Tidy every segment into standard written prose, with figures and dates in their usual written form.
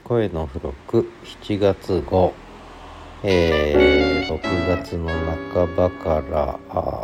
声の付録7月号、6月の半ばから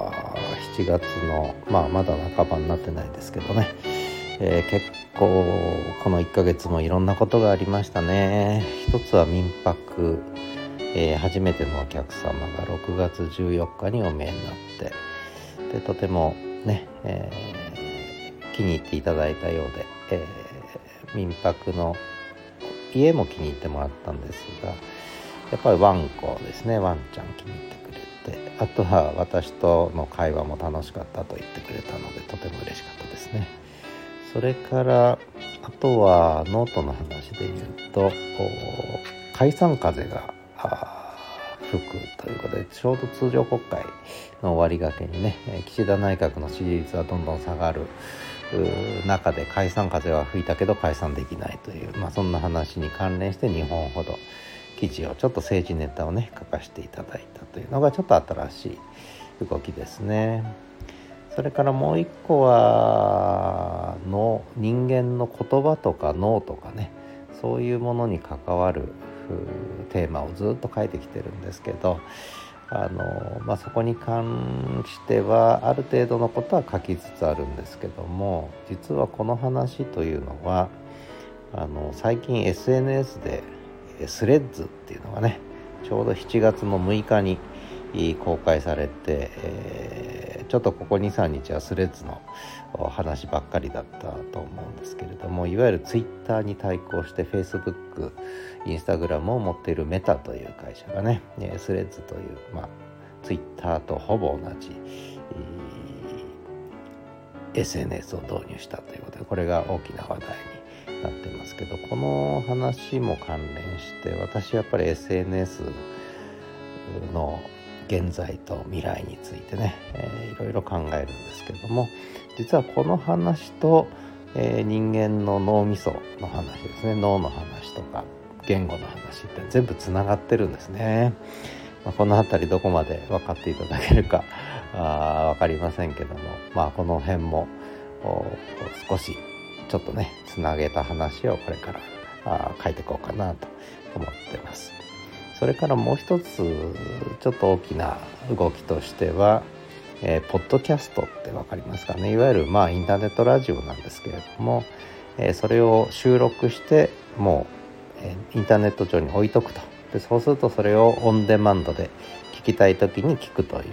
7月のまだ半ばになってないですけどね、結構この1ヶ月もいろんなことがありましたね。一つは民泊、初めてのお客様が6月14日にお見えになってでとてもね、気に入っていただいたようで、民泊の家も気に入ってもらったんですが、やっぱりワンコですね、ワンちゃん気に入ってくれて、あとは私との会話も楽しかったと言ってくれたのでとても嬉しかったですね。それからあとはノートの話で言うと、解散風が吹くということで、ちょうど通常国会の終わりがけにね、岸田内閣の支持率はどんどん下がる中で解散風は吹いたけど解散できないという、そんな話に関連して2本ほど記事をちょっと政治ネタをね書かせていただいたというのがちょっと新しい動きですね。それからもう一個は人間の言葉とか脳とかね、そういうものに関わるテーマをずっと書いてきてるんですけど、そこに関してはある程度のことは書きつつあるんですけども、実はこの話というのは最近 SNS でスレッズっていうのがね、ちょうど7月の6日に公開されて、ちょっとここ 2,3 日はスレッズの話ばっかりだったと思うんですけれども、いわゆるツイッターに対抗して Facebook、インスタグラムを持っているメタという会社がね、スレッズという、ツイッターとほぼ同じ、SNS を導入したということで、これが大きな話題になってますけど、この話も関連して私やっぱり SNS の現在と未来についてね、いろいろ考えるんですけども、実はこの話と、人間の脳みその話ですね、脳の話とか言語の話って全部つながってるんですね。このあたりどこまで分かっていただけるか分かりませんけども、この辺も少しちょっとねつなげた話をこれから書いていこうかなと思ってます。それからもう一つちょっと大きな動きとしては、ポッドキャストって分かりますかね。いわゆるインターネットラジオなんですけれども、それを収録してもう、インターネット上に置いとくと。でそうするとそれをオンデマンドで聞きたい時に聞くという、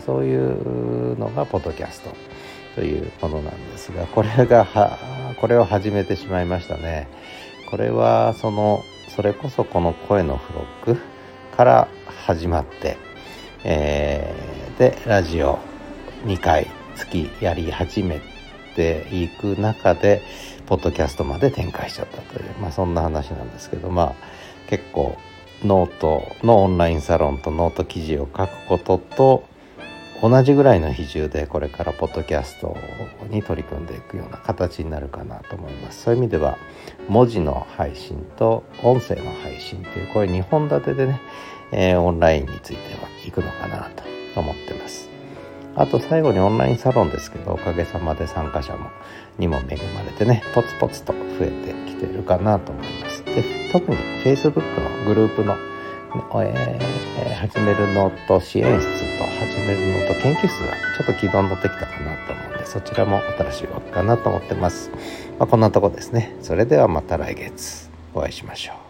そういうのがポッドキャストというものなんですが、これを始めてしまいましたね。これはそれこそこの声の付録から始まって、でラジオ2回月やり始めていく中でポッドキャストまで展開しちゃったという、そんな話なんですけど、結構ノートのオンラインサロンとノート記事を書くことと同じぐらいの比重でこれからポッドキャストに取り組んでいくような形になるかなと思います。そういう意味では文字の配信と音声の配信というこれ2本立てでね、オンラインについてはいくのかなと思ってます。あと最後にオンラインサロンですけど、おかげさまで参加者にも恵まれてね、ポツポツと増えてきてるかなと思います。で特に Facebook のグループの、始めるノート支援室と始めるノート研究室がちょっと軌道に乗ってきたかなと思うので、そちらも新しい動きかなと思ってます。こんなとこですね。それではまた来月お会いしましょう。